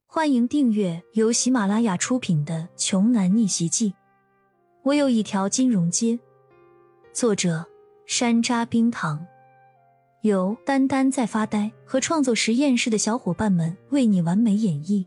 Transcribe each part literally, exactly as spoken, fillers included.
欢迎订阅由喜马拉雅出品的《穷男逆袭记》。我有一条金融街。作者山楂冰糖，由丹丹在发呆和创作实验室的小伙伴们为你完美演绎。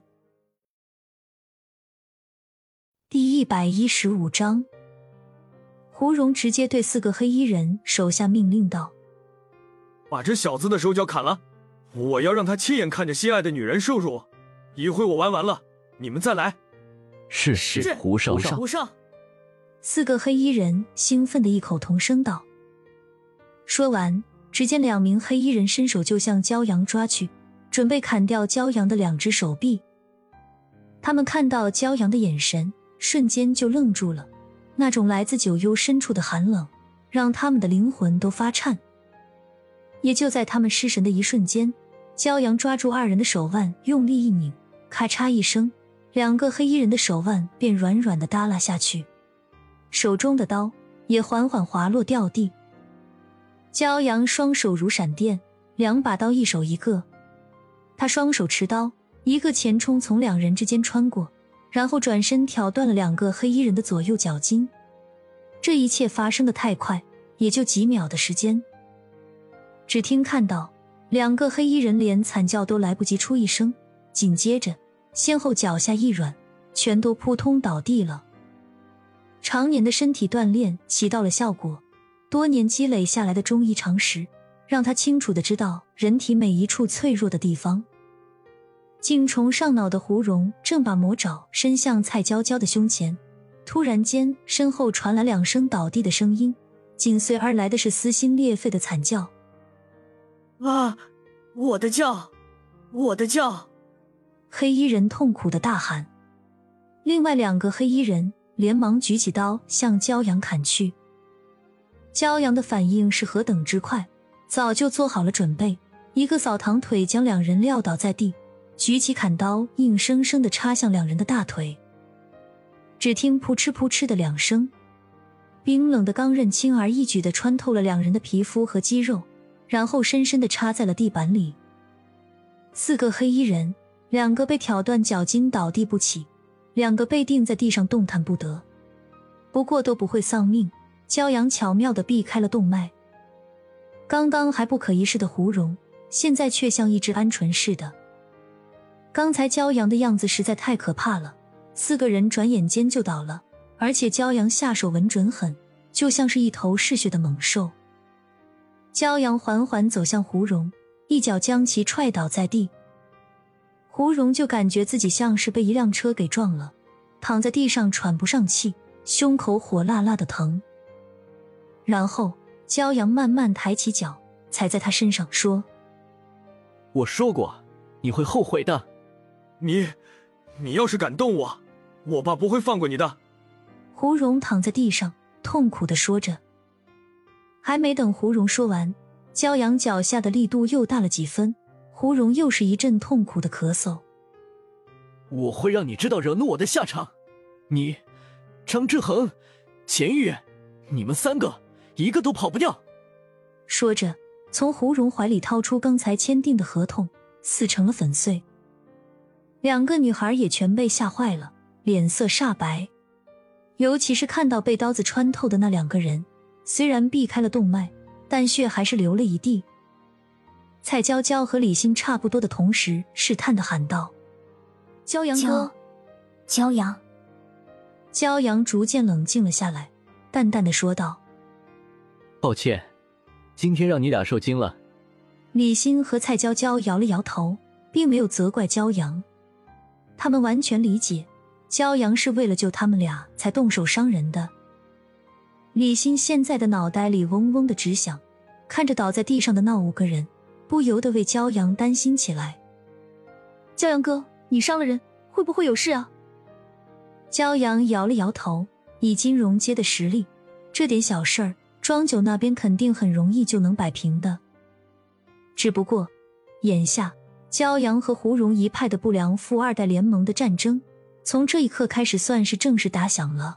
第一百一十五章，胡蓉直接对四个黑衣人手下命令道： 把这小子的手脚砍了，我要让他亲眼看着心爱的女人受辱。一会我玩完了，你们再来。 是是，胡少上。 胡少。 四个黑衣人兴奋地异口同声道。说完，只见两名黑衣人伸手就向骄阳抓去，准备砍掉骄阳的两只手臂。他们看到骄阳的眼神，瞬间就愣住了，那种来自九幽深处的寒冷，让他们的灵魂都发颤。也就在他们失神的一瞬间，骄阳抓住二人的手腕，用力一拧，咔嚓一声，两个黑衣人的手腕便软软地耷拉下去，手中的刀也缓缓滑落掉地。骄阳双手如闪电，两把刀一手一个，他双手持刀，一个前冲从两人之间穿过，然后转身挑断了两个黑衣人的左右脚筋。这一切发生得太快，也就几秒的时间。只听看到两个黑衣人连惨叫都来不及出一声，紧接着先后脚下一软，全都扑通倒地了。常年的身体锻炼起到了效果，多年积累下来的中医常识让他清楚地知道人体每一处脆弱的地方。精虫上脑的胡蓉正把魔爪伸向蔡娇娇的胸前，突然间身后传来两声倒地的声音，紧随而来的是撕心裂肺的惨叫。 啊！我的叫，我的叫！ 黑衣人痛苦地大喊。另外两个黑衣人连忙举起刀向骄阳砍去。骄阳的反应是何等之快，早就做好了准备，一个扫堂腿将两人撂倒在地，举起砍刀硬生生地插向两人的大腿。只听扑哧扑哧的两声，冰冷的钢刃轻而易举地穿透了两人的皮肤和肌肉，然后深深地插在了地板里。四个黑衣人，两个被挑断脚筋倒地不起，两个被钉在地上动弹不得，不过都不会丧命。骄阳巧妙地避开了动脉。刚刚还不可一世的胡蓉，现在却像一只鹌鹑似的。刚才骄阳的样子实在太可怕了，四个人转眼间就倒了，而且骄阳下手稳准狠，就像是一头嗜血的猛兽。骄阳缓缓走向胡蓉，一脚将其踹倒在地。胡蓉就感觉自己像是被一辆车给撞了，躺在地上喘不上气，胸口火辣辣的疼。然后骄阳慢慢抬起脚踩在他身上说： 我说过你会后悔的。 你你要是敢动我，我爸不会放过你的。 胡蓉躺在地上痛苦地说着。还没等胡蓉说完，骄阳脚下的力度又大了几分，胡蓉又是一阵痛苦的咳嗽。 我会让你知道惹怒我的下场。你张之恒、钱玉，你们三个一个都跑不掉。 说着从胡蓉怀里掏出刚才签订的合同，撕成了粉碎。两个女孩也全被吓坏了，脸色煞白。尤其是看到被刀子穿透的那两个人，虽然避开了动脉，但血还是流了一地。蔡娇娇和李欣差不多的同时试探地喊道：骄阳哥！ 骄阳！ 骄阳逐渐冷静了下来，淡淡地说道： 抱歉，今天让你俩受惊了。 李欣和蔡娇娇摇了摇头，并没有责怪骄阳。他们完全理解，骄阳是为了救他们俩才动手伤人的。李欣现在的脑袋里嗡嗡的直响，看着倒在地上的那五个人，不由得为骄阳担心起来。 骄阳哥，你伤了人，会不会有事啊？ 骄阳摇了摇头，以金融街的实力，这点小事儿，庄九那边肯定很容易就能摆平的。只不过，眼下骄阳和胡蓉一派的不良富二代联盟的战争，从这一刻开始算是正式打响了。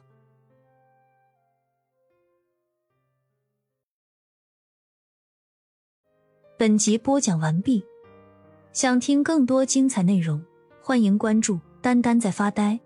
本集播讲完毕，想听更多精彩内容， 欢迎关注丹丹在发呆。